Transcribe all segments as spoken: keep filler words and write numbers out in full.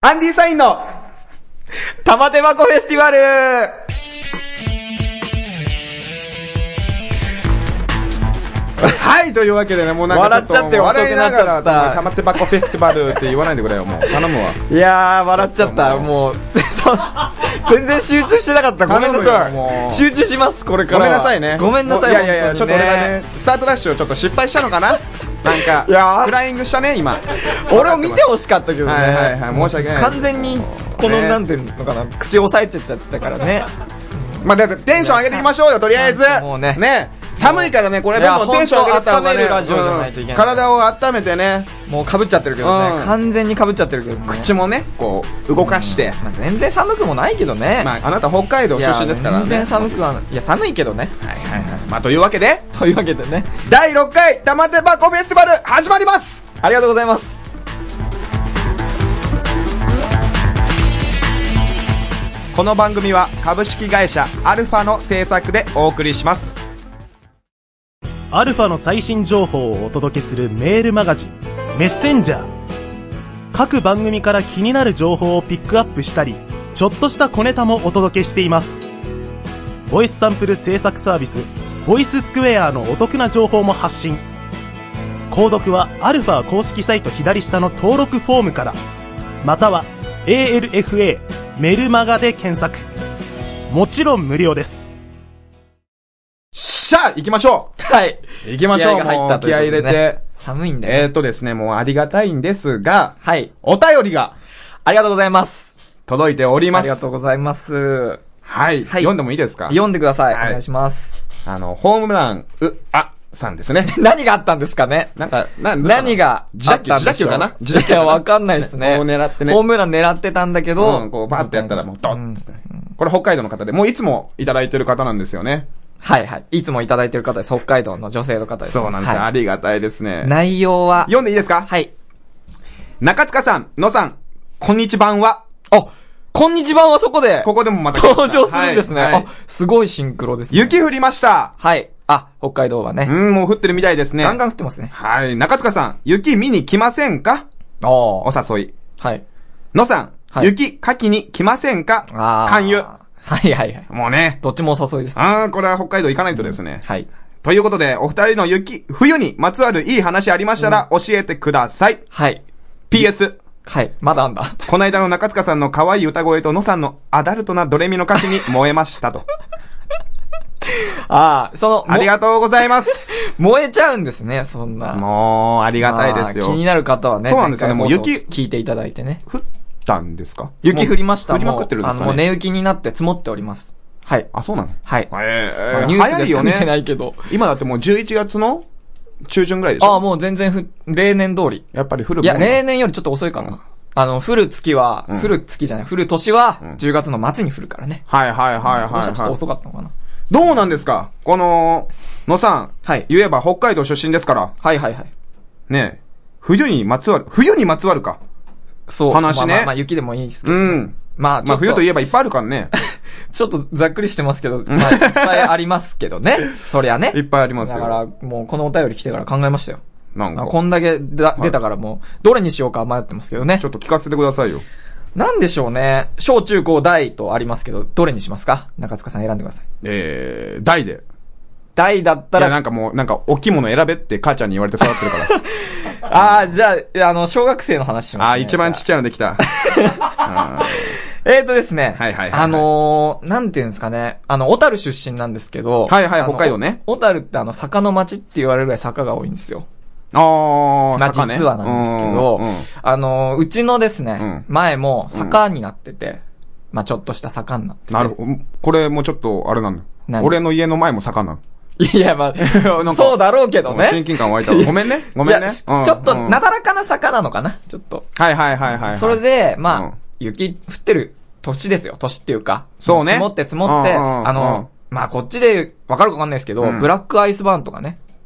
アンディサインの玉手箱フェスティバル。 はい、というわけでね、もうなんかちょっと笑っちゃって遅くなっちゃった。 玉手箱フェスティバルって言わないでくれよ、もう頼むわ。 いやー笑っちゃった。もう全然集中してなかった。ごめんなさい。集中します。これからごめんなさいね。 ごめんなさい。 いやいやいや、ちょっと俺がねスタートダッシュをちょっと失敗したのかな。なんかいやフライングしたね今。 俺を見てほしかったけどね。 はいはいはい、申し訳ない。 完全にこの、ね、なんていうのかな、口を押さえちゃっちゃったからね。 まあだってテンション上げていきましょうよ、とりあえず。もうね。ね。寒いからね、これでもテンション上げた方がね、体を温めてね。 もう被っちゃってるけどね、完全に被っちゃってるけどね。 口もね、こう動かして。 まあ全然寒くもないけどね。 まああなた北海道出身ですからね。 全然寒くは、いや寒いけどね。 はいはいはい。まあというわけで、 というわけでね、 だいろっかい玉手箱フェスティバル始まります。 ありがとうございます。 この番組は株式会社アルファの制作でお送りします。 アルファの最新情報をお届けするメールマガジンメッセンジャー。各番組から気になる情報をピックアップしたり、ちょっとした小ネタもお届けしています。ボイスサンプル制作サービスボイススクエアのお得な情報も発信。購読はアルファ公式サイト左下の登録フォームから、または エーエルエフエー メルマガで検索。もちろん無料です。 さあ行きましょう。 はい、 行きましょう。気合が入ったということでね、気合入れて。 寒いんだよ、ね、 えーっとですね、もうありがたいんですが、 はい、 お便りがありがとうございます届いております。 ありがとうございます。はい、 はい、読んでもいいですか。 読んでください、はい、お願いします。 あのホームランうあさんですね。 何があったんですかね。 なんか、な、 何があったんでしょう。 自打球かな。 自打球はわかんないですね。 こう狙ってね。 ホームラン狙ってたんだけど、 うん、こうバーってやったらもうドンって、うん。これ北海道の方で、もういつもいただいてる方なんですよね。 はいはい。いつもいただいてる方です。北海道の女性の方です。 そうなんですよ、はい。ありがたいですね。 内容は。 読んでいいですか。 はい。 中塚さん、野さん、こんにちはんは。 あ、こんにちははそこで。 ここでもまた登場するんですね。はいはい、あ、すごいシンクロですね。 雪降りました。 はい。あ、北海道はね。 うん、もう降ってるみたいですね。 ガンガン降ってますね。 はい。中塚さん、雪見に来ませんか。おお誘い。 はい。 野さん、はい、雪かきに来ませんか。あ勧誘。 はいはいはい。 もうね。 どっちもお誘いです。 ああ、これは北海道行かないとですね。 はい。 ということで、お二人の雪、冬にまつわるいい話ありましたら教えてください。うん、 はい。 ピーエス。 はい。まだあんだ。 この間の中塚さんの可愛い歌声と野さんのアダルトなドレミの歌詞に燃えましたと。 ああ、その、 ありがとうございます。 燃えちゃうんですね、そんな。 もう、ありがたいですよ。 気になる方はね、 そうなんですよね、もう雪、 聞いていただいてね。 降ったんですか。 雪降りました。 降りまくってるんですかね。 あの、もう寝雪になって積もっております。はい。 あ、そうなの。 はい。 えー、ニュースでしか見てないけど。 今だってもうじゅういちがつの中旬ぐらいでしょ。 ああ、もう全然ふ、例年通り。 やっぱり降る。 いや、例年よりちょっと遅いかな。うん、あの、降る月は、うん、降る月じゃない、降る年は、じゅうがつの末に降るからね。 はいはいはいはい、はい。今年はちょっと遅かったのかな。 どうなんですかこの、野さん。はい。言えば北海道出身ですから。 はいはいはい。 ねえ。冬にまつわる、冬にまつわるか。 そう。 話ね。 まあまあ、まあ、雪でもいいですけど、ね。 うん。 まあ、 まあ冬といえばいっぱいあるからね。 ちょっとざっくりしてますけど、まあ、いっぱいありますけどね。そりゃね。 いっぱいありますよ。 だから、もうこのお便り来てから考えましたよ。 なんか。 こんだけだ、出たからもう、どれにしようか迷ってますけどね。 ちょっと聞かせてくださいよ。 なんでしょうね。小中高大とありますけど、どれにしますか？中塚さん選んでください。 えー、大で。 大だったら。 いや、なんかもう、なんか、大きいもの選べって母ちゃんに言われて育ってるから。 ああ、じゃあ、あの、小学生の話しますね。 ああ、一番ちっちゃいのできた。 えーとですね。 はいはいはい。 あのー、なんていうんですかね。あの、小樽出身なんですけど。 はいはい、北海道ね。 小樽ってあの、坂の町って言われるぐらい坂が多いんですよ。 ああ、 まあ、実はなんですけど、うんうん、あの、うちのですね、うん、前も坂になってて、うん、まあちょっとした坂になってて。 なるほど。これもちょっと、あれなんだ。俺の家の前も坂なの。 いや、まあ、そうだろうけどね。 親近感湧いたわ。ごめんね。ごめんね。 ちょっと、なだらかな坂なのかなちょっと。 はいはいはいはい。 それで、まあ、雪降ってる年ですよ。年っていうか。 そうね。 積もって積もって、あの、まあこっちでわかるかわかんないですけど、ブラックアイスバーンとかね。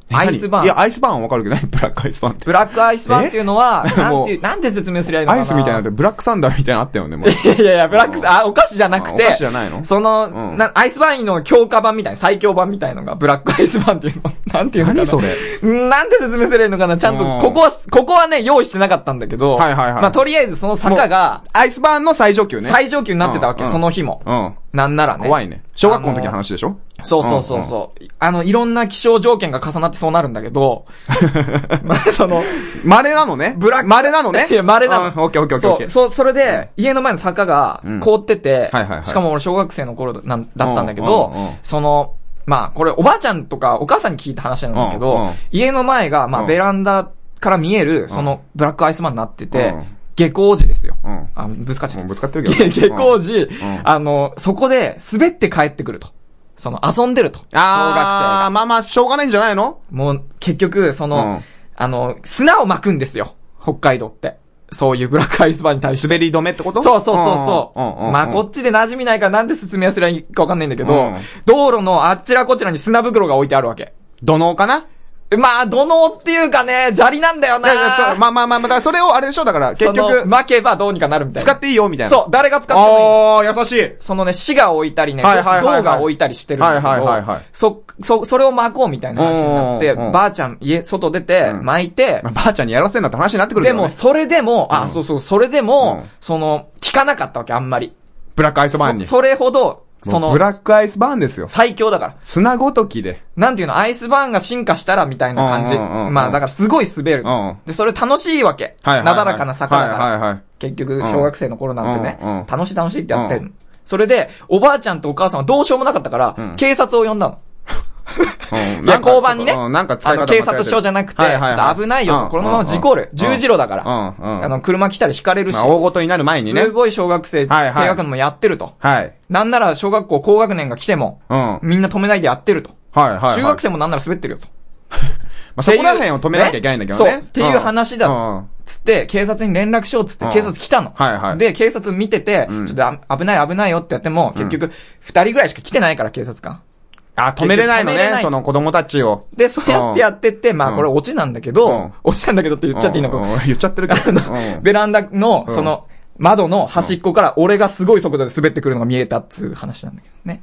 アイスバーン。 いや、アイスバーンはわかるけど、ブラックアイスバーンって。 ブラックアイスバーンっていうのは、なんていう、なんて説明すりゃいいのかな。 アイスみたいなのブラックサンダーみたいなのあったよね、もう。 いやいやいや、ブラックサンダー、あ、お菓子じゃなくて、 お菓子じゃないのその、うん、な、アイスバーンの強化版みたいな、最強版みたいのが、ブラックアイスバーンっていうの。なんていうのかな。 何それなんて説明すりゃいいのかな。ちゃんと、ここは、ここはね、用意してなかったんだけど、 はいはいはい。 まあ、とりあえずその坂が、 アイスバーンの最上級ね。 最上級になってたわけ、うん、その日も。うん。なんならね。 怖いね。小学校の時の話でしょ？ そうそうそうそう、うんうん。あの、いろんな気象条件が重なってそうなるんだけど、まあ、その、 稀なのね。 ブラック。 稀なのね。 いや、稀なの。 オッケーオッケーオッケー。 そう、それで、家の前の坂が凍ってて、 はいはいはい。 しかも俺小学生の頃なん、だったんだけど、その、まあ、これおばあちゃんとかお母さんに聞いた話なんだけど、家の前が、まあ、ベランダから見える、その、ブラックアイスバーンになってて、下校時ですよ。うん。あの、ぶつかっちゃった。 ぶつかってるけど、ね。 下校時、うん、あの、そこで滑って帰ってくると。その、遊んでると。小学生が。 ああ、まあまあ、しょうがないんじゃないの？ もう、結局、その、うん、あの、砂を巻くんですよ。北海道って。そういうブラックアイスバーンに対して。 滑り止めってこと？ そうそうそうそう。うんうんうん、まあ、こっちで馴染みないからなんで説明すればいいかわかんないんだけど、うん、道路のあっちらこちらに砂袋が置いてあるわけ。 土のうかな？ まあ、土のうっていうかね、砂利なんだよな。 まあまあまあ、だからそれをあれでしょだから、結局。 巻けばどうにかなるみたいな。 使っていいよみたいな。 そう、誰が使ってもいい。 ああ、優しい。 そのね、市が置いたりね、 はいはいはいはい、 銅が置いたりしてるんだけど、 はいはいはいはい、 そ、そ、それを巻こうみたいな話になって、ばあちゃん家、外出て、巻いて、 うん、ばあちゃんにやらせんなって話になってくるけどね。 でも、それでも、あ、うん、そうそう、それでも、うん、その、効かなかったわけ、あんまり。 ブラックアイスバーンに。 そ、それほど、その、 ブラックアイスバーンですよ。 最強だから。 砂ごときで。 なんていうの、アイスバーンが進化したらみたいな感じ。うんうんうん、まあ、だからすごい滑る。うん、で、それ楽しいわけ。はいはいはい、なだらかな坂だから。はいはいはい、結局、小学生の頃なんてね、うんうん、楽しい楽しいってやってるの、うん。それで、おばあちゃんとお母さんはどうしようもなかったから、うん、警察を呼んだの。うん、いや、交番にね、うん、なんかあの、警察署じゃなくて、はいはいはい、ちょっと危ないよと、うん、このまま事故る。十字路だから、うんうん。あの、車来たら引かれるし。まあ、 大ごとになる前にね。 すごい小学生、はいはい、低学年もやってると。はい。なんなら小学校高学年が来ても、うん、みんな止めないでやってると。はいはいはい。中学生もなんなら滑ってるよと。 まあ、そこら辺を止めなきゃいけないんだけどね。 そう。っていう話だ。うん。つって、警察に連絡しようつって、警察来たの。はいはい。で、警察見てて、ちょっと危ない危ないよってやっても、結局、二人ぐらいしか来てないから、警察官。 あ、止めれないのね、その子供たちを。 で、そうやってやってって、まあこれオチなんだけど、オチなんだけどって言っちゃっていいのか。 言っちゃってるけど。 ベランダの、その、窓の端っこから俺がすごい速度で滑ってくるのが見えたっつう話なんだけどね。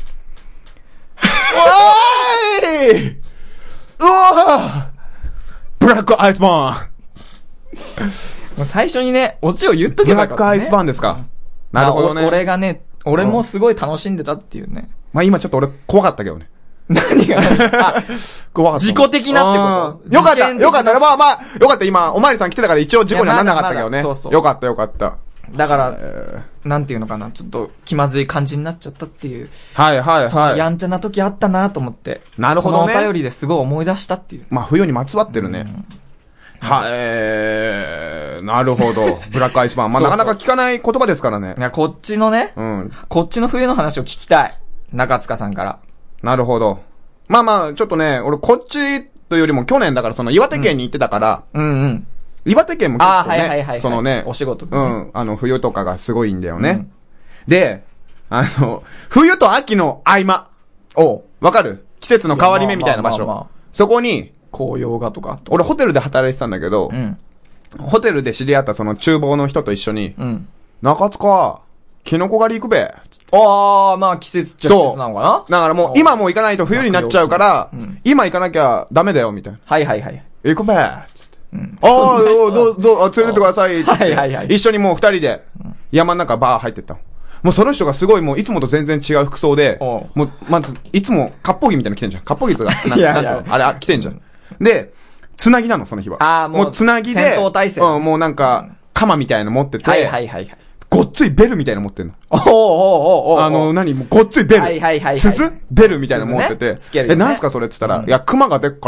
おーい！うわー！ブラックアイスバーン！ もう最初にね、オチを言っとけばよかったね。 ブラックアイスバーンですか。なるほどね。 俺がね、俺もすごい楽しんでたっていうね。 まあ今ちょっと俺怖かったけどね。 何があ、怖かった。自己的なってことよかった、よかった。まあまあ、よかった。今、おまわりさん来てたから一応事故にはならなかったけどね。そうそう。よかったよかった。 だから、えー、なんていうのかな、ちょっと気まずい感じになっちゃったっていう。 はいはいはい。 そのやんちゃな時あったなと思って。 なるほどね。 このお便りですごい思い出したっていう。 まあ冬にまつわってるね。うん、はえー、なるほど。ブラックアイスバーン。まあなかなか聞かない言葉ですからね。 いや、こっちのね、うん、こっちの冬の話を聞きたい。中塚さんから。 なるほど。まあまあ、ちょっとね、俺こっちというよりも去年だからその岩手県に行ってたから、うん、うんうん岩手県も結構ね、はいはいはいはい、そのね、 お仕事で、ね、うん、あの、冬とかがすごいんだよね。うん、で、あの、冬と秋の合間。おわかる？季節の変わり目みたいな場所。まあまあまあまあ、そこに、 紅葉がとか。 俺ホテルで働いてたんだけど、うん、ホテルで知り合ったその厨房の人と一緒に、うん、中塚、キノコ狩り行くべ。 ああ、まあ季節っちゃ季節なのかな？ だからもう今もう行かないと冬になっちゃうから、うん、今行かなきゃダメだよ、みたいな。 はいはいはい。 行くべ。うん、ああ、どう、どう、どう、連れてってください。はいはいはい。一緒にもう二人で、山の中バー入ってったの。もうその人がすごいもういつもと全然違う服装で、もう、まず、いつも、割烹着みたいなの着てんじゃん。割烹着が、な、なんつうのあれ、あ、着てんじゃん。で、つなぎなの、その日は。ああ、もう、もうつなぎで、 戦闘態勢。 うん、もうなんか、鎌みたいなの持ってて、 はいはいはい。 ごっついベルみたいなの持ってんの。 おーおーおーおーあの、何もうごっついベル。 はいはいはい。 鈴ベルみたいなの持ってて、え、なんすかそれって言ったら、いや、熊が出っから、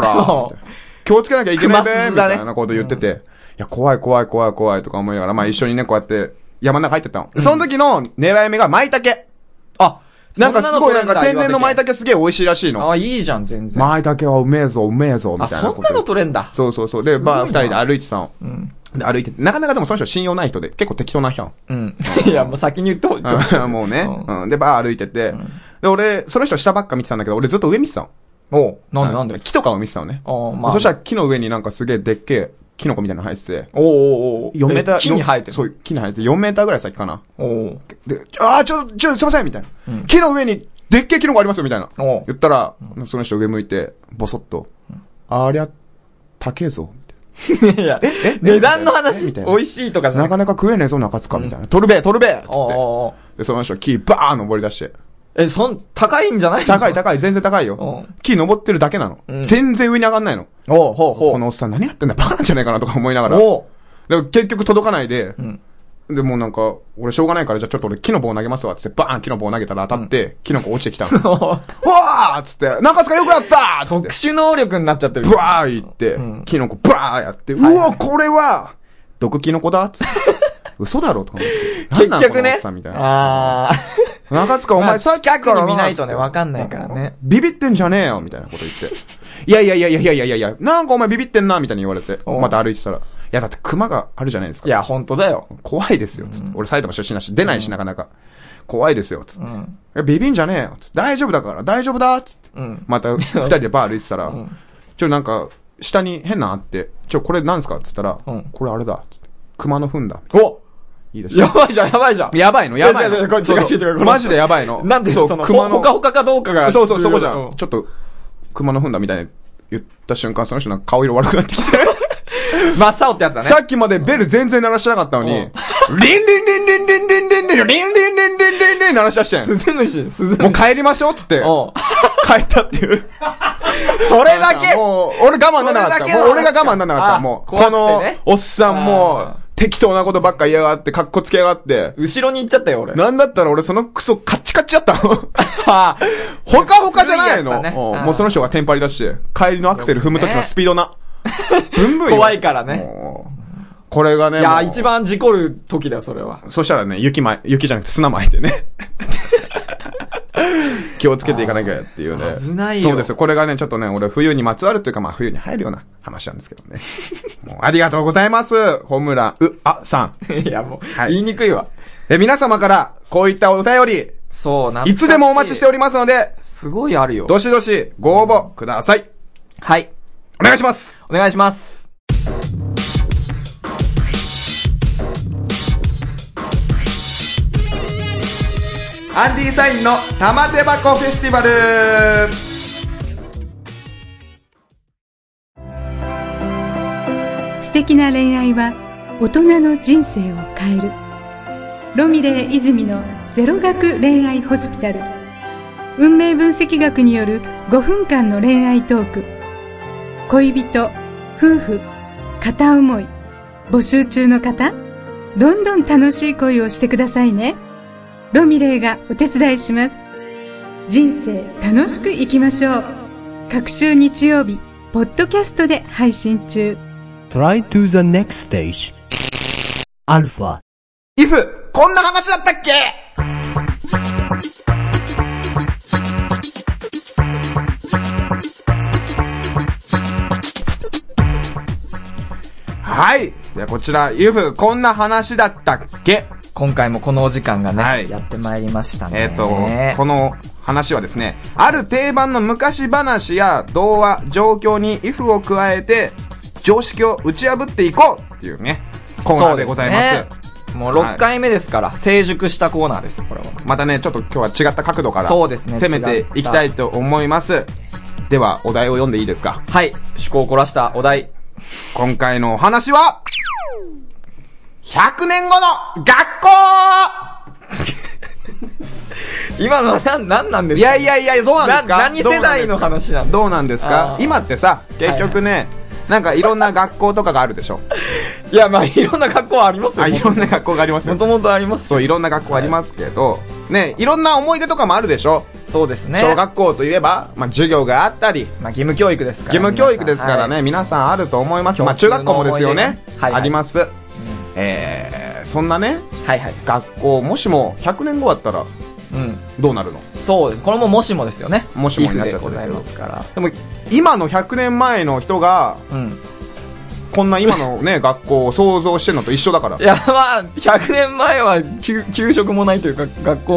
気をつけなきゃいけないべー、みたいなこと言ってて、いや、怖い怖い怖い怖いとか思いながら、まあ一緒にね、こうやって山の中入ってったの。うん、その時の狙い目が舞茸。あ、なんかすごいなんか天然の舞茸すげえ美味しいらしいの。 あ、いいじゃん、全然。 舞茸はうめえぞ、うめえぞ、みたいな。 あ、そんなの取れんだ。 そうそうそう。で、まあ二人で歩いてたの。うん。で、歩いてて、なかなかでもその人信用ない人で、結構適当な人。 うん。いや、もう先に言ってほしい。 もうね。うん。で、バー歩いてて、で、俺、その人下ばっか見てたんだけど、俺ずっと上見てたの。 おなんでなんで木とかを見てたのね。まあ、そしたら木の上になんかすげえでっけえキノコみたいなの生えてて。 おおおよんメーター。 木に生えてる。 そう、木に生えてよんメーターぐらい先かな。 おで、あー、ちょ、ちょ、すいませんみたいな、うん。木の上にでっけえキノコありますよみたいな。言ったら、その人上向いて、ボソッと、うん、ありゃ、高えぞ。 いや、え、え、値段の話みたいな。美味しいとかじゃなかなか食えねえぞ、中塚みたいな。取るべ、取るべつって。で、その人木バーン登り出して。 え、そん、高いんじゃないの？ 高い高い、全然高いよ。木登ってるだけなの。うん、全然上に上がんないの。 おうほうほう。 このおっさん何やってんだバカなんじゃないかなとか思いながら。おで結局届かないで、うん、で、もうなんか、俺しょうがないからじゃあちょっと俺木の棒投げますわってバーン木の棒投げたら当たって、うん、木の棒落ちてきたの。うわーっつって、中塚よくやったーっつって。 特殊能力になっちゃってる。 ブワーいって、うん、キノコブワーやって、うわ、はいはい、これは、毒キノコだっつって。嘘だろとか思って。 結局ね。 みたいな。あー。中塚お前さっきから。 近くに見ないとね、わかんないからね。 ビビってんじゃねえよみたいなこと言って。いやいやいやいやいやいやいやいや、なんかお前ビビってんなみたいに言われて。また歩いてたら。いやだって熊があるじゃないですか。 いや、ほんとだよ。 怖いですよ、つって。俺埼玉出身だし、出ないしなかなか。怖いですよ、つって。いや、ビビんじゃねえよ、つって。大丈夫だから、大丈夫だ、つって。また二人でバー歩いてたら、ちょ、なんか、下に変なあって、ちょ、これなんすかつったら、これあれだ、つって。熊の糞だ。 おいいですやばいじゃん、やばいじゃん。 やばいの、やばいの。 違う違う、これ違う違う違う。 マジでやばいの。 なんでそう、熊の。ほかほかかどうかが。 そうそう、そこじゃん。ちょっと、熊の糞だみたいに言った瞬間、その人なんか顔色悪くなってきて。 真っ青ってやつだね。 さっきまでベル全然鳴らしてなかったのに、リンリンリンリンリンリンリンリンリンリンリンリンリンリン鳴らし出してん。 スズムシ、スズムシ。 もう帰りましょうっつって。帰ったっていう。 それだけもう、俺我慢ならなかった。もう俺が我慢ならなかった。もう、この、おっさんも、適当なことばっか言いやがって、カッコつけやがって。 後ろに行っちゃったよ、俺。 なんだったら俺そのクソカッチカチやったの。ほかほかじゃないの。もうその人がテンパり出して、帰りのアクセル踏むときのスピードな。ブンブン怖いからね。 これがね。 いや、一番事故る時だよ、それは。 そしたらね、雪ま、雪じゃなくて砂まいてね。気をつけていかなきゃっていうね。 危ないよ。 そうですよ。これがね、ちょっとね、俺冬にまつわるというか、まあ冬に入るような話なんですけどね。もうありがとうございます。ホムラ、う、あ、さん。 いや、もう、はい、言いにくいわ。 え、皆様から、こういったお便り。 そうなんいつでもお待ちしておりますので。 すごいあるよ。 どしどし、ご応募ください。 はい。 お願いします。 お願いします。 アンディサインの玉手箱フェスティバル。 素敵な恋愛は大人の人生を変える。ロミレー泉のゼロ学恋愛ホスピタル。運命分析学によるごふんかんの恋愛トーク。恋人、夫婦、片思い、募集中の方、どんどん楽しい恋をしてくださいね。ロミレーがお手伝いします。人生楽しく生きましょう。各週日曜日、ポッドキャストで配信中。 Try to the next stage. アルファ。 イフ、こんな話だったっけ？はい。じゃあこちら、ユフ、こんな話だったっけ？ 今回もこのお時間がね、はい、やってまいりましたね。 えっと、この話はですね、ある定番の昔話や童話、状況に if を加えて、常識を打ち破っていこうっていうね、コーナーでございます。そうですね。もうろっかいめですから、はい、成熟したコーナーです、これは。 またね、ちょっと今日は違った角度から、 そうですね。 攻めていきたいと思います。では、お題を読んでいいですか？ はい。趣向を凝らしたお題。 今回のお話は、ひゃくねんごの学校今のは何、何なんですか？ いやいやいや、どうなんですか？ 何世代の話なんですか？ どうなんですか？今ってさ、結局ね、はいはい、なんかいろんな学校とかがあるでしょ。 いや、まあいろんな学校ありますよ。 あ、いろんな学校がありますよ。 もともとあります。 そう、いろんな学校ありますけど、はい、ね、いろんな思い出とかもあるでしょ。 そうですね。 小学校といえば、まあ授業があったり。 まあ義務教育ですから。 義務教育ですからね、はい、皆さんあると思います。まあ中学校もですよね。はい、はい、あります。うん、えー、そんなね、 はいはい。 学校、もしもひゃくねんごあったら、うん。どうなるの？ そうです。これももしもですよね。 もしもになっちゃってございますから。 でも、今のひゃくねんまえの人が、うん。こんな今のね、学校を想像してるのと一緒だから。 いや、まあ、ひゃくねんまえは給、給食もないというか、学校も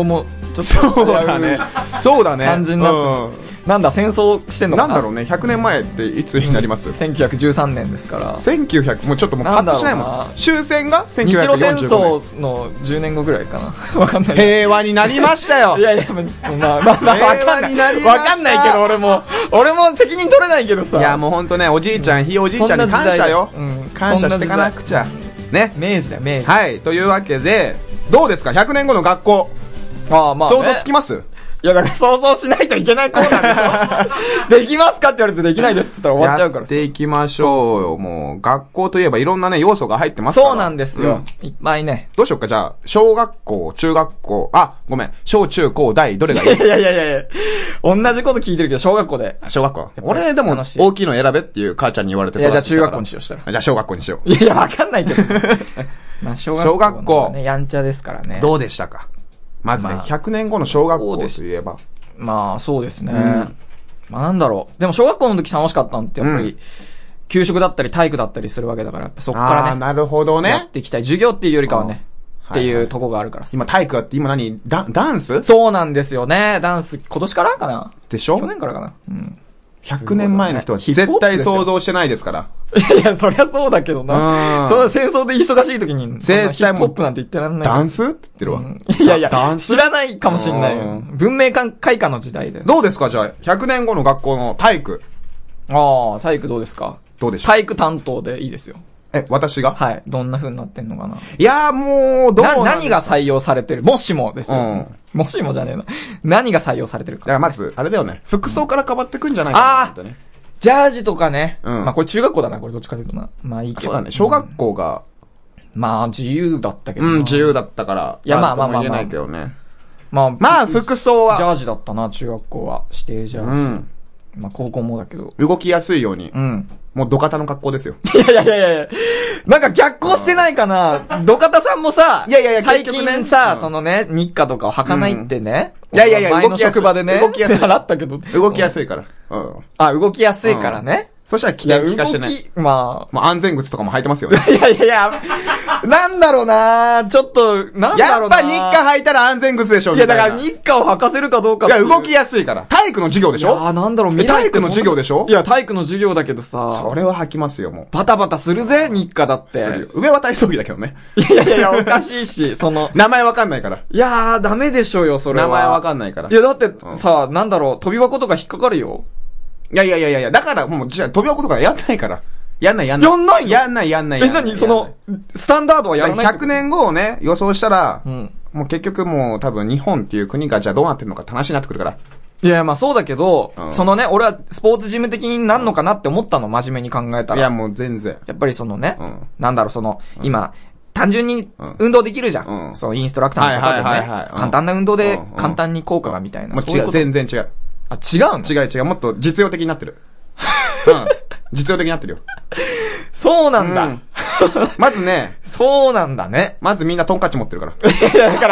ちょっと。 そうだね。そうだね。 感じになって、うん、なんだ、戦争してんのかな。 なんだろうね、ひゃくねんまえっていつになります、うん、 せんきゅうひゃくじゅうさんねんですから。 せんきゅうひゃく、もうちょっともうパッとしないもん。終戦がせんきゅうひゃくよんじゅうごねん。 日露戦争のじゅうねんごぐらいかな。わかんない。 平和になりましたよ。 いやいや、まあまあまあ、わかんない。わかんないけど、俺も、俺も責任取れないけどさ。 いや、もうほんとね、おじいちゃん、ひいおじいちゃんに感謝よ。うん、感謝していかなくちゃ。ね。 明治だよ、明治。 はい、というわけで、どうですかひゃくねんごの学校。 ああ、まあ、ね。 想像つきます？ いや、だから想像しないといけないコーナーでしょ。できますかって言われてできないですって言ったら終わっちゃうからさ。 やっていきましょうよ。そうそう、もう、学校といえばいろんなね、要素が入ってますから。 そうなんですよ。うん、いっぱいね。 どうしよっか、じゃあ、小学校、中学校、あ、ごめん、小中高大、どれがいい？ いやいやいやいや同じこと聞いてるけど、小学校で。 小学校。俺、でも、大きいの選べっていう母ちゃんに言われて。 いや、じゃあ中学校にしようしたら。 じゃあ小学校にしよう。 いやいや、わかんないけど。まあ、小学校、ね。小学校。やんちゃですからね。 どうでしたか？まずね、まあ、ひゃくねんごの小学校といえば。 まあ、そうですね。うん、まあ、なんだろう。でも、小学校の時楽しかったんって、やっぱり、うん、給食だったり体育だったりするわけだから、やっぱそっからね。 ああ、なるほどね。 やっていきたい。授業っていうよりかはね、っていうとこがあるから。 今、体育だって、今何ダ、ダンス？ そうなんですよね。ダンス、今年からかな？ でしょ？ 去年からかな？うん。 ひゃくねんまえの人は絶対想像してないですから。 いや、そりゃそうだけどな。その戦争で忙しい時に、絶対もう、ヒップホップなんて言ってらんない。 ダンスって言ってるわ。うん、 いやいや、知らないかもしんないよ。文明開化の時代で。 どうですかじゃあ、ひゃくねんごの学校の体育。 ああ、体育どうですか？ どうでしょう？ 体育担当でいいですよ。 え、私が？ はい。どんな風になってんのかな。 いやーもう、どうな、 何が採用されてる？もしもですよ。うん、もしもじゃねえな。何が採用されてるか。 だからまず、あれだよね。服装から変わってくんじゃないかなってね。 ああジャージとかね。うん。まあこれ中学校だな、これどっちかというとな。まあいいけど。 そうだね。小学校が、 うん、まあ自由だったけど。 うん、自由だったから。 いやまあまあまあ、まあ。 言えないけどね。 まあ、 まあ服装は。 ジャージだったな、中学校は。指定ジャージ。うん。まあ高校もだけど。 動きやすいように。 うん。 もう土方の格好ですよ。 いやいやいやいやなんか逆行してないかな土方さんもさ、 いやいやいや、 最近さ、そのね、日課とかを履かないってね。 いやいやいや、 前の職場でね。 動きやすい。 習ったけど。 動きやすいから。 うん。あ、動きやすいからね。 そしたら気が利かしてない。 まあ。 まあ安全靴とかも履いてますよね。 いやいやいや、なんだろうなちょっと、なんだろうなやっぱ日課履いたら安全靴でしょいやだから日課を履かせるかどうかいや動きやすいから。体育の授業でしょいやなんだろう、 体育の授業でしょいや体育の授業だけどさ。 それは履きますよ、もう。 バタバタするぜ、日課だって。 上は体操着だけどね。 いやいやいや、おかしいし、その。 名前わかんないから。 いやー、ダメでしょよ、それは。 名前わかんないから。 いやだってさ、なんだろう、飛び箱とか引っかかるよ。 いやいやいやいや、だからもう、じゃあ飛び箱とかやんないから。やんないやんない。 やんないのやんないやんない。 え、なにその、スタンダードはやらない？ ひゃくねんごをね、予想したら、うん、もう結局もう多分日本っていう国がじゃあどうなってんのかって話になってくるから。 いやまあそうだけど、うん、そのね、俺はスポーツジム的になんのかなって思ったの、真面目に考えたら。 いやもう全然。 やっぱりそのね、うん、なんだろうその、うん、今、単純に運動できるじゃん。うん、そのインストラクターの方でね、はいはいはいはい、簡単な運動で簡単に効果がみたいな。 もう違う、全然違う。 あ、違うの？ 違う違う、もっと実用的になってる。うん。実用的になってるよ。 そうなんだ。うん、 まずね。 そうなんだね。 まずみんなトンカチ持ってるから。いや、 だから、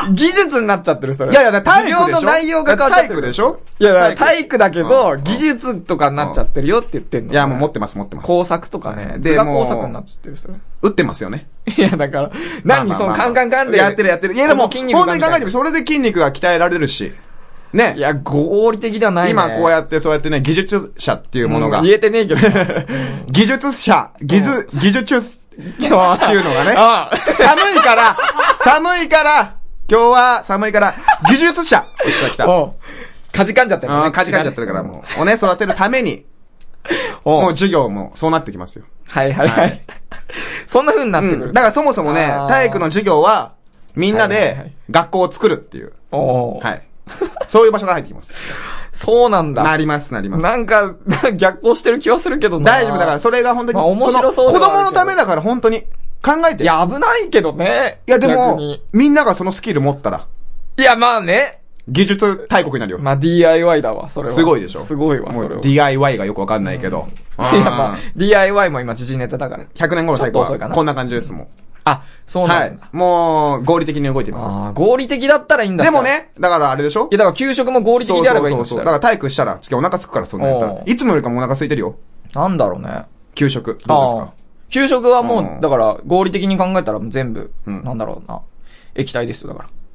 技術になっちゃってる、それ。 いやいや、体育でしょ。 授業の内容が変わっちゃってる。 体育でしょいや、体育だけど、技術とかになっちゃってるよって言ってんの。 いや、もう持ってます、持ってます。 工作とかね。図画工作になっちゃってる、それ。 打ってますよね。 いや、だから、何そのカンカンカンで。 やってるやってる。いや、でも、本当に考えてみ、それで筋肉が鍛えられるし。ね。 いや、合理的ではないね。 今こうやってそうやってね、技術者っていうものが。 うん、言えてねえけど。 技術者、技術、技術っていうのがね。寒いから、寒いから、今日は寒いから、技術者としてきた。 かじかんじゃってるね。かじかんじゃってるからもう、をね、育てるために、もう授業もそうなってきますよ。 はいはいはい。そんな風になってくる。 だからそもそもね、体育の授業は、みんなで学校を作るっていう。はい。そういう場所が入ってきます。 そうなんだ。 なります、なります。 なんか、逆行してる気はするけどな。 大丈夫だから、それが本当に、 まあ、面白そう。 子供のためだから本当に考えて。 いや、危ないけどね。 いや、でも、みんながそのスキル持ったら。 いや、まあね。 技術大国になるよ。 まあ ディーアイワイ だわ、それは。 すごいでしょ。 すごいわ、それは。 ディーアイワイ がよくわかんないけど。 いや、まあ、ディーアイワイ も今時事ネタだから。 ひゃくねんごの最高はこんな感じですもん。 あ、そうなんだ。 はい。もう、合理的に動いています。 ああ、合理的だったらいいんだ。 でもね、だからあれでしょ？ いや、だから給食も合理的であればいいんだ。 そうそうそう。だから体育したら、お腹すくから、そんなやったら。いつもよりかもお腹空いてるよ。 なんだろうね。 給食。どうですか？ 給食はもう、だから合理的に考えたら全部、なんだろうな。液体ですよ、だから。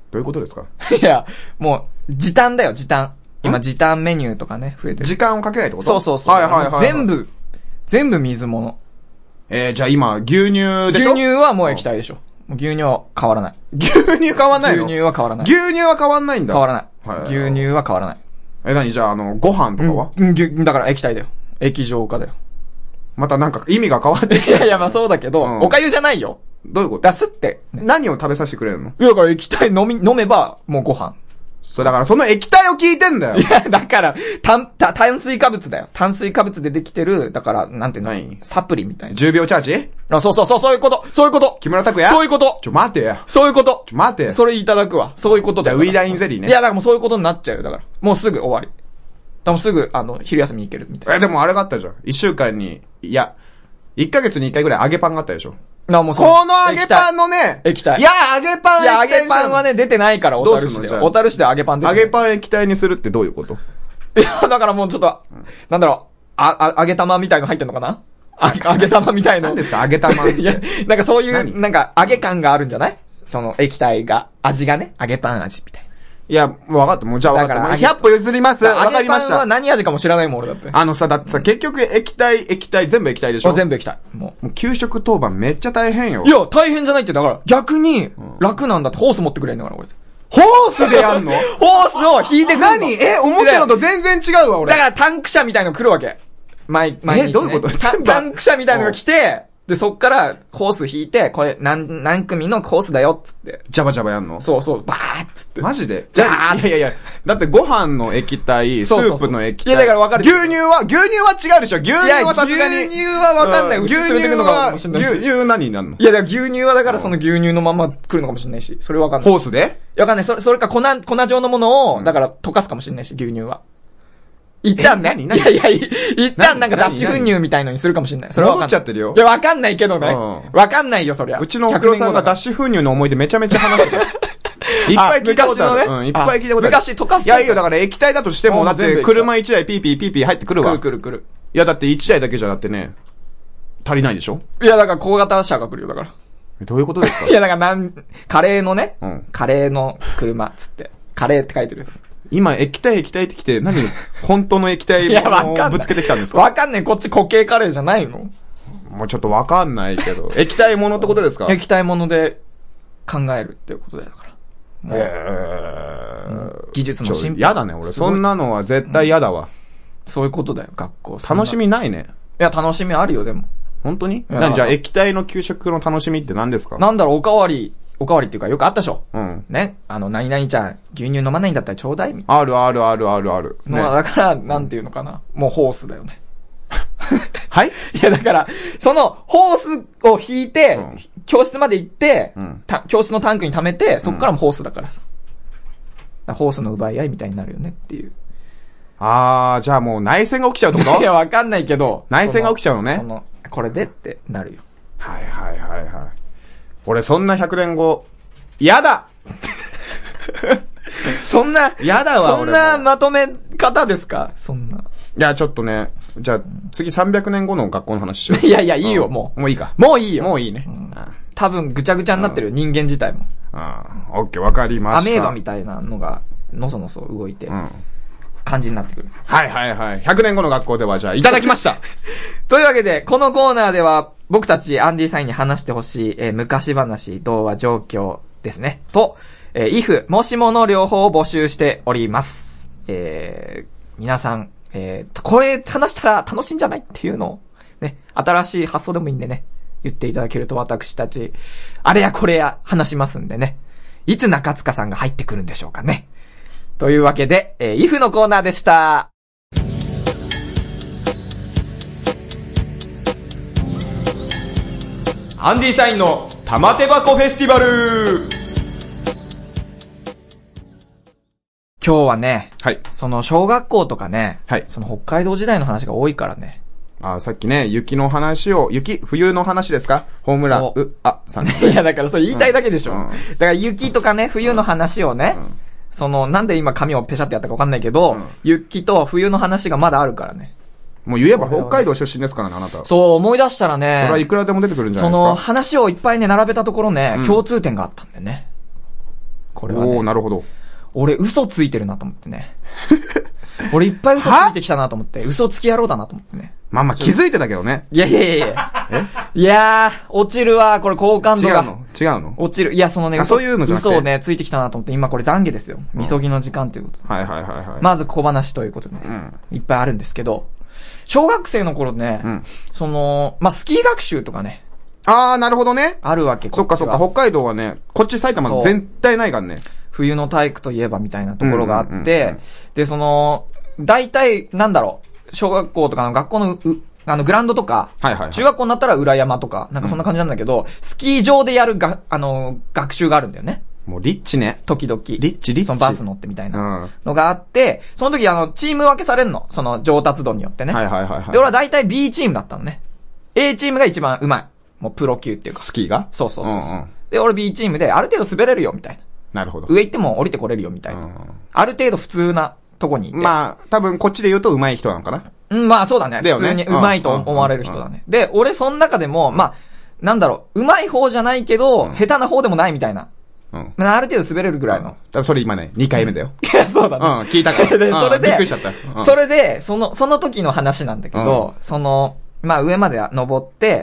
どういうことですか？ いや、もう、時短だよ、時短。今、時短メニューとかね、増えてる。 時間をかけないってこと？ そうそうそう。 はいはいはい、はい。 全部、全部水物。 えー、じゃあ今、牛乳でしょ？ 牛乳はもう液体でしょ。もう牛乳は変わらない。 牛乳変わんないの？ 牛乳は変わらない。 牛乳は変わんないんだ。 変わらない。はい、牛乳は変わらない。 え、なにじゃあ、あの、ご飯とかは？ うん、牛、だから液体だよ。液状化だよ。 またなんか意味が変わってきた。 いやいや、まあそうだけど、うん、お粥じゃないよ。 どういうこと？ 出すって。 何を食べさせてくれるの？ いや、だから液体飲み、飲めば、もうご飯。 そう、だからその液体を聞いてんだよ。 いや、だから、炭、炭水化物だよ。炭水化物でできてる、だから、なんていうの？サプリみたいな。 じゅうびょうチャージ？ あ、そうそうそう、そういうこと。そういうこと。 木村拓哉？ そういうこと。 ちょ、待てや。 そういうこと。 ちょ、待て。 それいただくわ。そういうことだよ。 ウイダインゼリーね。 いや、だからもうそういうことになっちゃうよ。だから。もうすぐ終わり。でもすぐ、あの、昼休み行けるみたいな。 え、でもあれがあったじゃん。一週間に、いや、一ヶ月に一回ぐらい揚げパンがあったでしょ。 な、もうそこの揚げパンのね、 液体。 いや、揚げパンいや、揚げパンはね、出てないから、小樽市で。小樽市で揚げパン出てない。揚げパン液体にするってどういうこと？ いや、だからもうちょっと、なんだろう、あ、あ、揚げ玉みたいの入ってんのかな？あ、揚げ玉みたいの。 何ですか揚げ玉って。 いや、なんかそういう、なんか揚げ感があるんじゃない？その液体が、味がね、揚げパン味みたいな。いや、もう分かった。もうじゃあ分かった。ひゃっぽ譲ります。分かりました。揚げパンは何味かも知らないもん、俺だって。 あのさ、だってさ、結局液体、液体、全部液体でしょ？ 全部液体。 もう。もう給食当番めっちゃ大変よ。 いや、大変じゃないって、だから、逆に、楽なんだって、ホース持ってくれんだから、俺。 ホースでやんの？ ホースを引いてくるの。 何？え、思ったのと全然違うわ、俺。 だからタンク車みたいの来るわけ。毎、毎日、ね。 え、どういうこと？ タンク車みたいのが来て、で、そっから、ホース引いて、これ、何、何組のホースだよ、つって。 ジャバジャバやんの？ そうそう、バーっつって。 マジで？ じゃあ、 いやいやいや、だってご飯の液体、スープの液体。 いや、だから分かる。 牛乳は、牛乳は違うでしょ？牛乳はさすがに。 牛乳は分かんない。 牛乳は、牛乳何になるの？ いや、だから牛乳はだからその牛乳のまま来るのかもしれないし、それ分かんない。 ホースで？ 分かんない。それ、それか粉、粉状のものを、だから溶かすかもしれないし、牛乳は。一旦ね。いやいや、一旦なんか脱脂粉乳みたいのにするかもしれない。それは分かんない。 戻っちゃってるよ。 いや、分かんないけどね。分かんないよ、そりゃ。 うちのお父さんが脱脂粉乳の思い出めちゃめちゃ話してる。いっぱい聞いたことある。うん、いっぱい聞いたことある。 昔溶かす。 いや、いいよ、だから液体だとしても、だって車一台ピーピーピーピー入ってくるわ。 くるくるくる。 いや、だって一台だけじゃだってね、足りないでしょ？ いや、だから小型車が来るよ、だから。 どういうことですか？ いや、だからなん、カレーのね、カレーの車、つって。カレーって書いてる。 今、液体液体ってきて、何本当の液体をぶつけてきたんですか？ わかんない。こっち固形カレーじゃないの？ もうちょっとわかんないけど。液体ものってことですか？ 液体もので考えるっていうことだよ、だから。 えー、技術の進歩。 やだね、俺。そんなのは絶対やだわ、うん。 そういうことだよ、学校。 楽しみないね。 いや、楽しみあるよ、でも。 本当に？何じゃあ液体の給食の楽しみって何ですか？ なんだろう、おかわり。おかわりっていうかよくあったでしょ？ うん。 ね。あの、何々ちゃん、牛乳飲まないんだったらちょうだいみたいな。 あるあるあるあるある。 ね。だから、なんていうのかな。もうホースだよね。 はい？ いや、だから、その、ホースを引いて、うん、教室まで行って、うん、教室のタンクに溜めて、そっからもホースだからさ。だからホースの奪い合いみたいになるよねっていう。 あー、じゃあもう内戦が起きちゃうってこと？ いや、わかんないけど。 内戦が起きちゃうのね。 その、これでってなるよ。 はいはいはいはい。俺そんなひゃくねんご、やだそんな、 やだわ、 そんなまとめ方ですか？そんな。 いや、ちょっとね、じゃあ、次さんびゃくねんごの学校の話しよう。 いやいや、いいよ、もう。 もういいか。 もういいよ。 もういいね。 うん、多分、ぐちゃぐちゃになってる、人間自体も。 ああ、オッケー、わかりました。 アメーバみたいなのが、のそのそ動いて、うん、感じになってくる。 はいはいはい。ひゃくねんごの学校では、じゃあ、いただきました。 というわけで、このコーナーでは、僕たちアンディさんに話してほしい、えー、昔話、童話、状況ですね。と、えー、if、もしもの両方を募集しております。えー、皆さん、えー、これ話したら楽しいんじゃないっていうのを、ね、新しい発想でもいいんでね、言っていただけると私たち、あれやこれや話しますんでね。いつ中塚さんが入ってくるんでしょうかね。というわけで、えー、if のコーナーでした。 アンディサインの玉手箱フェスティバル。 今日はね、 はい。 その小学校とかね、 はい。 その北海道時代の話が多いからね。 あ、さっきね、雪の話を、雪、冬の話ですか？ホームラン、う、あ、さん。いや、だからそれ言いたいだけでしょ。うん、だから雪とかね、冬の話をね、うん、その、なんで今髪をペシャってやったかわかんないけど、うん、雪と冬の話がまだあるからね。 もう言えば北海道出身ですからね、あなた。 そう、思い出したらね。 それはいくらでも出てくるんじゃないですか。 その話をいっぱいね、並べたところね、うん、共通点があったんでね。 これはね。 おー、なるほど。 俺嘘ついてるなと思ってね。俺いっぱい嘘ついてきたなと思って、嘘つき野郎だなと思ってね。 まあまあ気づいてたけどね。 いやいやいやいや。えいやー、落ちるわ、これ好感度が。 違うの違うの落ちる。いや、そのね、 そういうのじゃなくて嘘をね、ついてきたなと思って、今これ懺悔ですよ。みそぎの時間ということで。 はいはいはいはい。 まず小話ということでね、うん、いっぱいあるんですけど、小学生の頃ね、うん、その、まあ、スキー学習とかね。 あー、なるほどね。 あるわけ、 そっかそっか、北海道はね、こっち埼玉全体ないからね。 冬の体育といえばみたいなところがあって、うんうんうんうん、で、その、大体、なんだろう、小学校とかの学校のう、あの、グラウンドとか、はいはいはい、中学校になったら裏山とか、なんかそんな感じなんだけど、うん、スキー場でやるが、あの、学習があるんだよね。 もうリッチね。 時々。 リッチリッチ。 そのバス乗ってみたいなのがあって、うん、その時あの、チーム分けされるの。その上達度によってね。 はいはいはい、はい。 で、俺は大体 B チームだったのね。A チームが一番上手い。もうプロ級っていうか。 スキーがそうそうそうそう、うんうん。で、俺 B チームである程度滑れるよみたいな。 なるほど。 上行っても降りてこれるよみたいな。うん、ある程度普通なとこにいて。 まあ、多分こっちで言うと上手い人なのかな。 うん、まあそうだね。 だよね。 普通に上手いと思われる人だね。で、俺その中でも、まあ、なんだろう、上手い方じゃないけど、うん、下手な方でもないみたいな。うん。まあ、ある程度滑れるぐらいの。 多分それ今ね、にかいめだよ。 いや、そうだね。 うん、聞いたから。 で、それで、 びっくりしちゃった。 うん、それで、その、その時の話なんだけど、うん、その、まあ、上まで登って、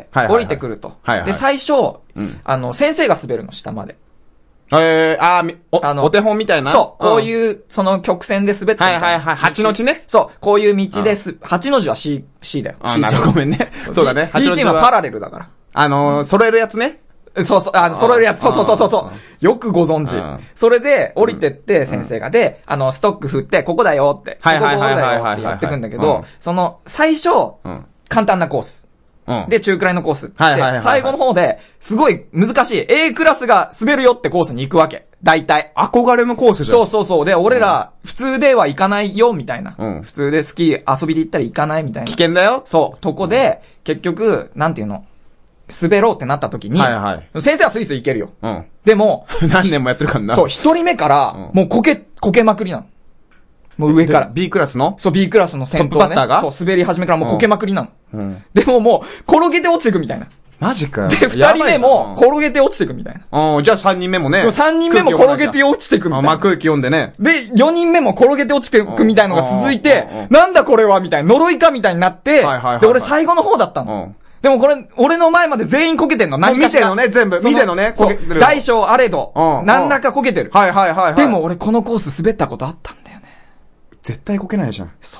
はいはいはい、降りてくると。はいはい、で、最初、うん、あの、先生が滑るの、下まで。 えー、あー、お、あの、お手本みたいな。 そう、こういう、その曲線で滑ってる。 はいはいはい。八の字ね。 そう、こういう道です。八の字は C、C だよ。 C ちゃん。ごめんね。そうだね。 八の字はパラレルだから。 あのー、揃えるやつね。 そうそう、あの、揃えるやつ。そうそうそうそうそう。よくご存知。それで、降りてって、先生がで、あの、ストック振って、ここだよって。 はいはいはいはい。 ここだよってやってくんだけど、その、最初、簡単なコース。で、中くらいのコースって。最後の方で、すごい難しい。A クラスが滑るよってコースに行くわけ。大体。 憧れのコースじゃん。 そうそうそう。で、俺ら、普通では行かないよ、みたいな。うん、普通でスキー遊びで行ったら行かないみたいな。 危険だよ。 そう。とこで、結局、なんていうの、滑ろうってなった時に、はいはい。先生はスイスイ行けるよ。うん。でも、 何年もやってるからな。 そう、一人目から、もうこけ、こけまくりなの。もう上から。 B クラスのそう、B クラスの先頭ね。トップバッターがそう、滑り始めからもうこけまくりなの。うん。でももう、転げて落ちていくみたいな。 マジかよ。 で、二人目も、転げて落ちていくみたいな。 うん、じゃあ三人目もね。 三人目も転げて落ちていくみたいな。 まあ空気読んでね。 で、四人目も転げて落ちていくみたいなのが続いて、なんだこれはみたいな。呪いかみたいになって、で、俺最後の方だったの。でもこれ、俺の前まで全員こけてんの。何かしら。 見てのね、全部。見てのね、 こけてる。大小あれど、何らかこけてる。 はいはいはい。 でも俺このコース滑ったことあったんだよね。 絶対こけないじゃん。 そう。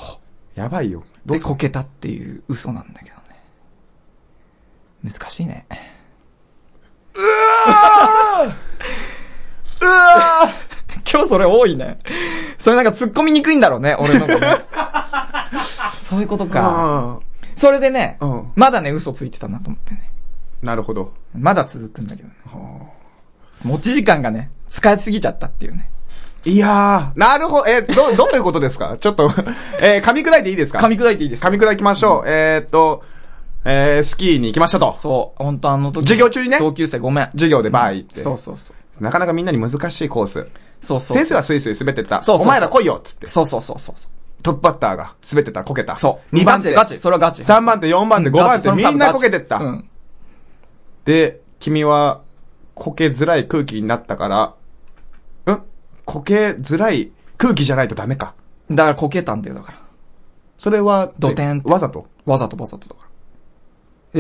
やばいよ。 で、こけたっていう嘘なんだけどね。難しいね。うわーうわー今日それ多いね。それなんか突っ込みにくいんだろうね、俺のことね。そういうことか。それでね、うん、まだね、嘘ついてたなと思ってね。 なるほど。 まだ続くんだけどね。持ち時間がね、使いすぎちゃったっていうね。 いやー、なるほど。え、ど、どういうことですかちょっと、えー、噛み砕いていいですか噛み砕いていいですか噛み砕きましょう。うん、えーっと、えー、スキーに行きましたと。 そう、本当あの時。 授業中にね。 同級生ごめん。 授業でバー行って、 うん。そうそうそう。 なかなかみんなに難しいコース。 そうそうそう。 先生はスイスイ滑ってた。 そうそうそう。 お前ら来いよっつって。 そうそうそうそう。 トップバッターが滑ってたらこけた。 そう。にばん手。ガチ、それはガチ。 さんばん手、よんばん手、ごばん手、みんなこけてった。うん。で、君は、こけづらい空気になったから、んこけづらい空気じゃないとダメか。 だからこけたんだよ、だから。 それは、 ドテン。 わざとわざとわざとだから。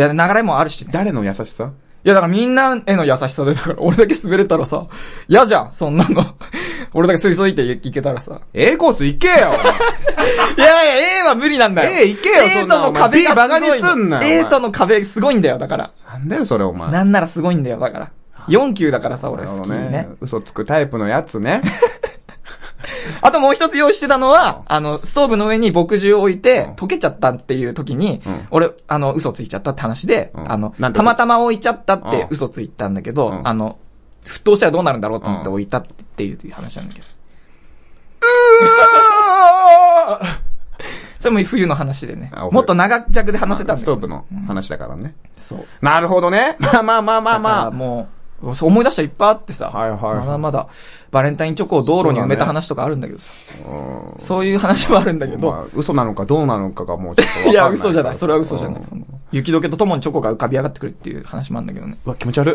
いや、流れもあるしね。 誰の優しさいや、だからみんなへの優しさで、だから俺だけ滑れたらさ、嫌じゃん、そんなの。俺だけ水槽行って行けたらさ。 A コース行けよいやいや、A は無理なんだよ。 A 行けよ、 A との壁がすごい。 バカにすんなよ。 A との壁すごいんだよ、だから。 なんだよ、それお前。 なんならすごいんだよ、だから。よん級だからさ、俺、スキーね。 嘘つくタイプのやつね。 あともう一つ用意してたのは、あの、ストーブの上に墨汁を置いて、溶けちゃったっていう時に、俺、あの、嘘ついちゃったって話で、あの、たまたま置いちゃったって嘘ついたんだけど、あの、沸騰したらどうなるんだろうと思って置いたっていう話なんだけど。うーそれも冬の話でね。もっと長尺で話せたんだけど。 ストーブの話だからね。 そう。 なるほどね。まあまあまあまあまあ。 もう、思い出したらいっぱいあってさ。 はいはい。 まだまだ、バレンタインチョコを道路に埋めた話とかあるんだけどさ。そう、そういう話もあるんだけど。まあ、 嘘なのかどうなのかがもうちょっとわかんない。 いや、嘘じゃない。それは嘘じゃない。雪解けとともにチョコが浮かび上がってくるっていう話もあるんだけどね。 うわ、気持ち悪い。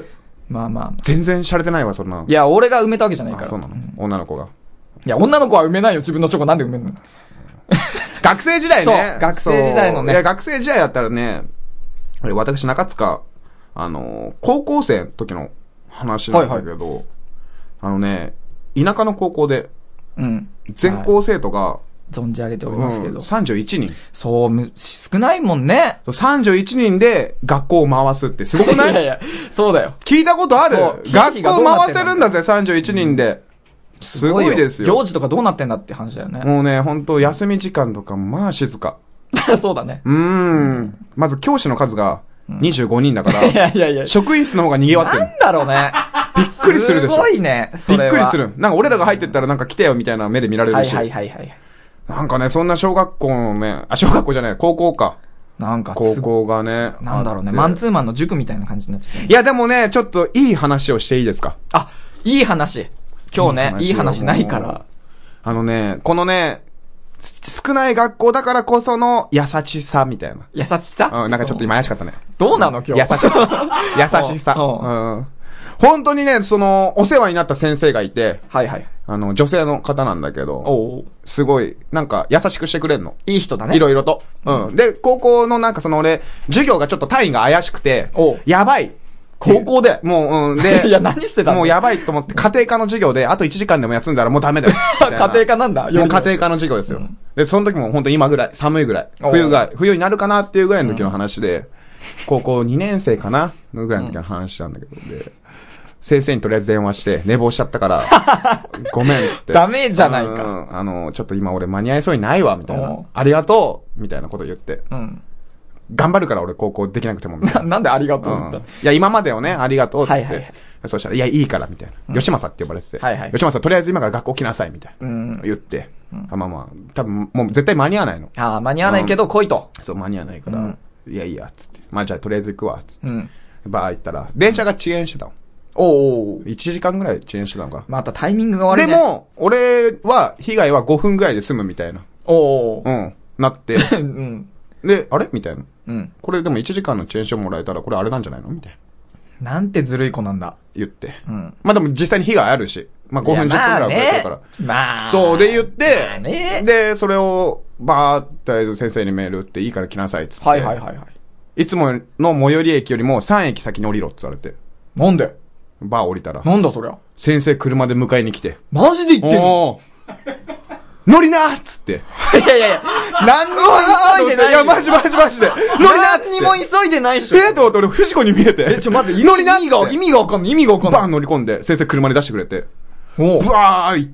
まあまあ。 全然洒落てないわ、そんな。 いや、俺が埋めたわけじゃないから。 そうなの、うん、女の子が。 いや、女の子は埋めないよ、自分のチョコなんで埋めんの学生時代ね。 そう、学生時代のね。 いや、学生時代だったらね、私、中塚、あの、高校生の時の話なんだけど、はいはい、あのね、田舎の高校で、うん。全校生徒が、はい、 存じ上げておりますけど、うん。 さんじゅういちにん。 そう、少ないもんね。 さんじゅういちにんで学校を回すってすごくない？ いやいや、そうだよ。 聞いたことある？学校回せるんだぜ、さんじゅういちにんで。うん、すごいですよ。 行事とかどうなってんだって話だよね。 もうね、ほんと休み時間とか、まあ静か。 そうだね。 うーん。まず教師の数がにじゅうごにんだから、うん、いやいやいや職員室の方が賑わってる。 なんだろうね。 びっくりするでしょ。 すごいね、それは。 びっくりする。なんか俺らが入ってったらなんか来てよみたいな目で見られるし。 はいはいはいはい。 なんかね、そんな小学校のね、あ、小学校じゃない、高校か。 なんか、 高校がね。 なんだろうね、マンツーマンの塾みたいな感じになっちゃって、 ね。いやでもね、ちょっといい話をしていいですか？ あ、いい話。今日ね、いい話、いい話ないから。 あのね、このね、少ない学校だからこその優しさみたいな。 優しさ？ うん、なんかちょっと今怪しかったね。 どうなの今日。 優しさ。優しさ。うん。本当にね、その、お世話になった先生がいて。 はいはい。 あの、女性の方なんだけど。おすごい、なんか優しくしてくれんの。 いい人だね。 いろいろと。うん。で、高校のなんかその俺、授業がちょっと単位が怪しくて。やばい。 高校でもう、うん。で、 いや、何してたの？ もうやばいと思って、家庭科の授業で、あといちじかんでも休んだらもうダメだよ。 家庭科なんだ。 もう家庭科の授業ですよ。うん、で、その時も本当今ぐらい、寒いぐらい。冬が、冬になるかなっていうぐらいの時の話で、うん、高校にねん生かなのぐらいの時の話なんだけど、で、先生にとりあえず電話して、寝坊しちゃったから、ごめんっつって。 ダメじゃないか。 うん、あの、ちょっと今俺間に合いそうにないわ、みたいな。ありがとうみたいなこと言って。うん頑張るから俺高校できなくてもみたいな。 な、なんでありがとうって、うん、いや、今までをね、ありがとうって言って。はいはいはい、そしたら、いや、いいから、みたいな。うん、吉正って呼ばれてて。はいはい。吉正、とりあえず今から学校来なさい、みたいな。うん、言って。うん、あまあまあ、多分、もう絶対間に合わないの。 ああ、間に合わないけど来いと。 そう、間に合わないから、うん、いやいや、つって。まあじゃあとりあえず行くわ、つって。うん。バー行ったら、電車が遅延してたの。おお。いちじかんぐらい遅延してたのか。 またタイミングが悪いね。 でも、俺は、被害はごふんぐらいで済むみたいな。おお。うん。なって。うん。で、あれみたいな。うん。これでもいちじかんの遅延証もらえたらこれあれなんじゃないのみたいな。なんてずるい子なんだ。 言って。うん。まあでも実際に被害あるし。まあごふんじゅっぷんぐらい遅れてるから。まあ。そう、で言って、まあね、で、それを、バーってとりあえず先生にメール打っていいから来なさいっつって。はいはいはいはい。いつもの最寄り駅よりもさん駅先に降りろって言われて。 なんで？ バー降りたら。 なんだそりゃ。 先生車で迎えに来て。 マジで言ってんの？ 乗りなっつって。 いやいやいや、何にも急いでない。 いや、マジマジマジで。乗りなっつって。 何にも急いでないっしょ。 えーと思って俺、藤子に見えて。 え、ちょ、待って、乗りな意味が、意味がわかんない、意味がわかんない。 バーン乗り込んで、先生車に出してくれて。おブワー行って、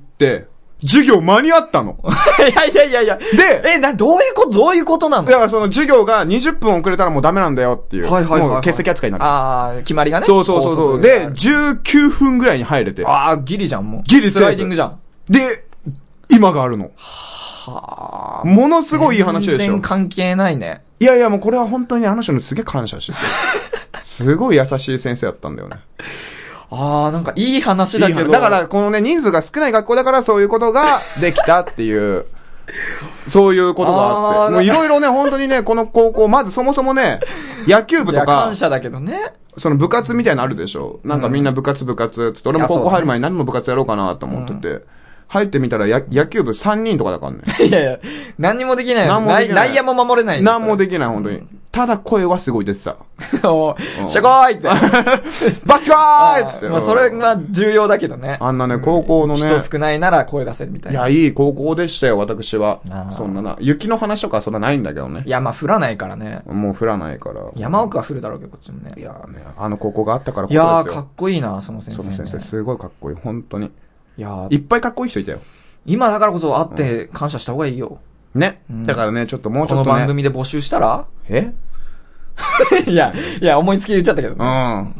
授業間に合ったの。 いやいやいやいや。で、え、な、どういうこと、どういうことなの？ だからその授業がにじゅっぷん遅れたらもうダメなんだよっていう。はいはいはい、はい。もう欠席扱いになる。 あー、決まりがね。 そうそうそうそう。で、じゅうきゅうふんぐらいに入れて。 あー、ギリじゃん、もう。 ギリスライディングじゃん。 で、今があるの。はあ。ものすごいいい話でしょ。 全然関係ないね。 いやいや、もうこれは本当にあの人にすげえ感謝してて。すごい優しい先生だったんだよね。 ああ、なんかいい話だけど。いいだから、このね、人数が少ない学校だからそういうことができたっていう、そういうことがあって。もういろいろね、本当にね、この高校、まずそもそもね、野球部とか。いや、 感謝だけどね。 その部活みたいなのあるでしょ。なんかみんな部活部活つって、俺も高校入る前に何の部活やろうかなと思ってて。うん、入ってみたらや、野球部さんにんとかだからね。 いやいや、何にもできないよ。何もできない。内野も守れない。 何もできない、本当に。ただ声はすごい出てた。 おしょこーいって。バッチバーイっつって。 まあそれが重要だけどね。 あんなね、高校のね。 人少ないなら声出せみたいな。 いや、いい高校でしたよ、私は。そんなな。雪の話とかはそんなないんだけどね。 いや、まあ降らないからね。 もう降らないから。 山奥は降るだろうけど、こっちもね。 いやね、あの高校があったからこそですよ。 いやー、かっこいいな、その先生、 ね。その先生、すごいかっこいい、本当に。 いやー。 いっぱいかっこいい人いたよ。 今だからこそ会って感謝した方がいいよ。 ね。うん、だからね、ちょっともうちょっと、ね。 この番組で募集したらえいや、いや、思いつき言っちゃったけどね。 うん。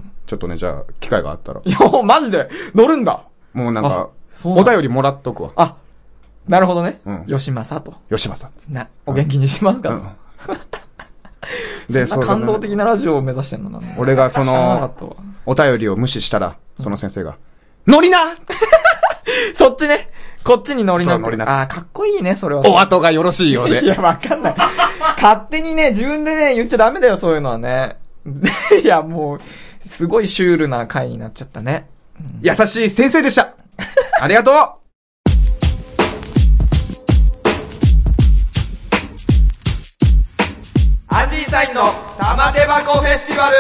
ちょっとね、じゃあ、機会があったら。 いや、マジで乗るんだ。 もうなんか、お便りもらっとくわ。 あ、なるほどね。うん。吉正と。 吉正。 な、お元気にしてますか、うん、で、そんな感動的なラジオを目指してんのな。 俺がその、お便りを無視したら、その先生が、うん、乗りなそっちね。こっちに乗りなく。ああ、かっこいいね、それは。 お後がよろしいようで。 いや、わかんない。勝手にね、自分でね、言っちゃダメだよ、そういうのはね。 いや、もう、すごいシュールな回になっちゃったね。 うん、優しい先生でした。ありがとう。アンディサインの玉手箱フェスティバル。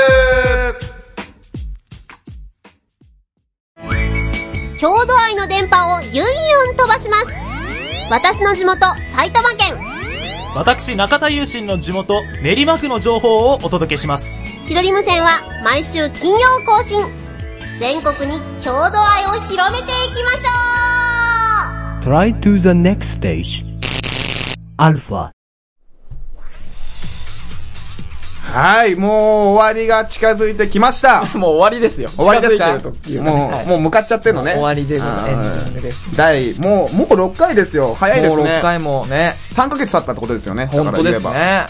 郷土愛の電波をユンユン飛ばします。私の地元埼玉県、 私中田優心の地元練馬区の情報をお届けします。 ひどり無線は毎週金曜更新。全国に郷土愛を広めていきましょう。 Try to the next stage. アルファ。 はい、もう終わりが近づいてきました。 もう終わりですよ。 終わりですか？ ね、 もう、はい、もう向かっちゃってるのね。 終わりでのエンディングです。 第、もう、もうろっかいですよ。早いですね。もうろっかいもね。 さんかげつ経ったってことですよね。 本当ですね。はい。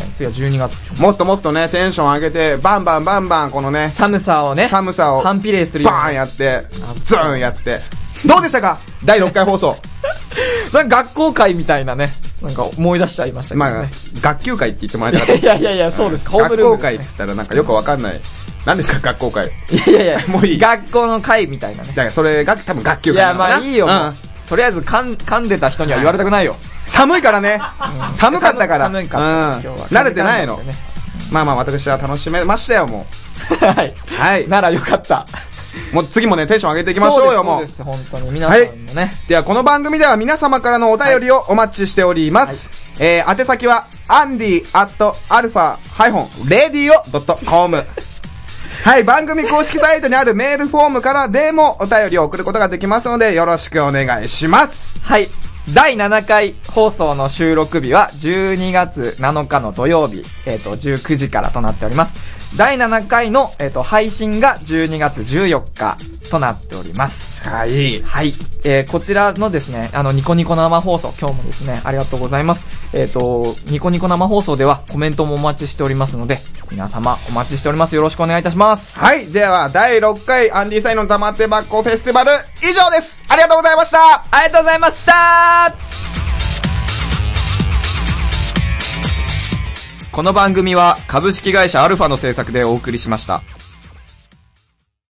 次はじゅうにがつ。 もっともっとね、テンション上げて、バンバンバンバン、このね。 寒さをね。 寒さを。 反比例するように。 バーンやって、ズーンやって。どうでしたか？だいろっかい放送。 なんか学校会みたいなね。なんか思い出しちゃいましたけどね。まあ、 学級会って言ってもらえたかった。 いやいやいや、そうですか。 学校会って言ったらなんかよくわかんない。何ですか、学校会。 いやいや、もういい。学校の会みたいなね。 だからそれが多分学級会なのかな。 いや、まあいいよ。うん、とりあえず噛ん、噛んでた人には言われたくないよ。 寒いからね。うん、寒かったから。 寒いから。うん。今日は。 慣れてないの。まあまあ私は楽しめましたよ、もう。はい。 はい。 ならよかった。 もう次もね、テンション上げていきましょうよ、もう。 そうです、本当に。皆さんもね、はい。 では、この番組では皆様からのお便りをお待ちしております。はい、えー、宛先は、アンディアットアルファハイフンレディオドットコム。はい、番組公式サイトにあるメールフォームからでもお便りを送ることができますので、よろしくお願いします。 はい。だいななかい放送の収録日はじゅうにがつなのかの土曜日、えっと、じゅうくじからとなっております。だいななかいの、えっと、配信がじゅうにがつじゅうよっかとなっております。 はい。 はい。えー、こちらのですね、あの、ニコニコ生放送、今日もですね、ありがとうございます。えっと、ニコニコ生放送ではコメントもお待ちしておりますので、皆様お待ちしております。よろしくお願いいたします。 はい。では、だいろっかいアンディサインの玉手箱フェスティバル、以上です。ありがとうございました。 ありがとうございました。 この番組は株式会社アルファの制作でお送りしました。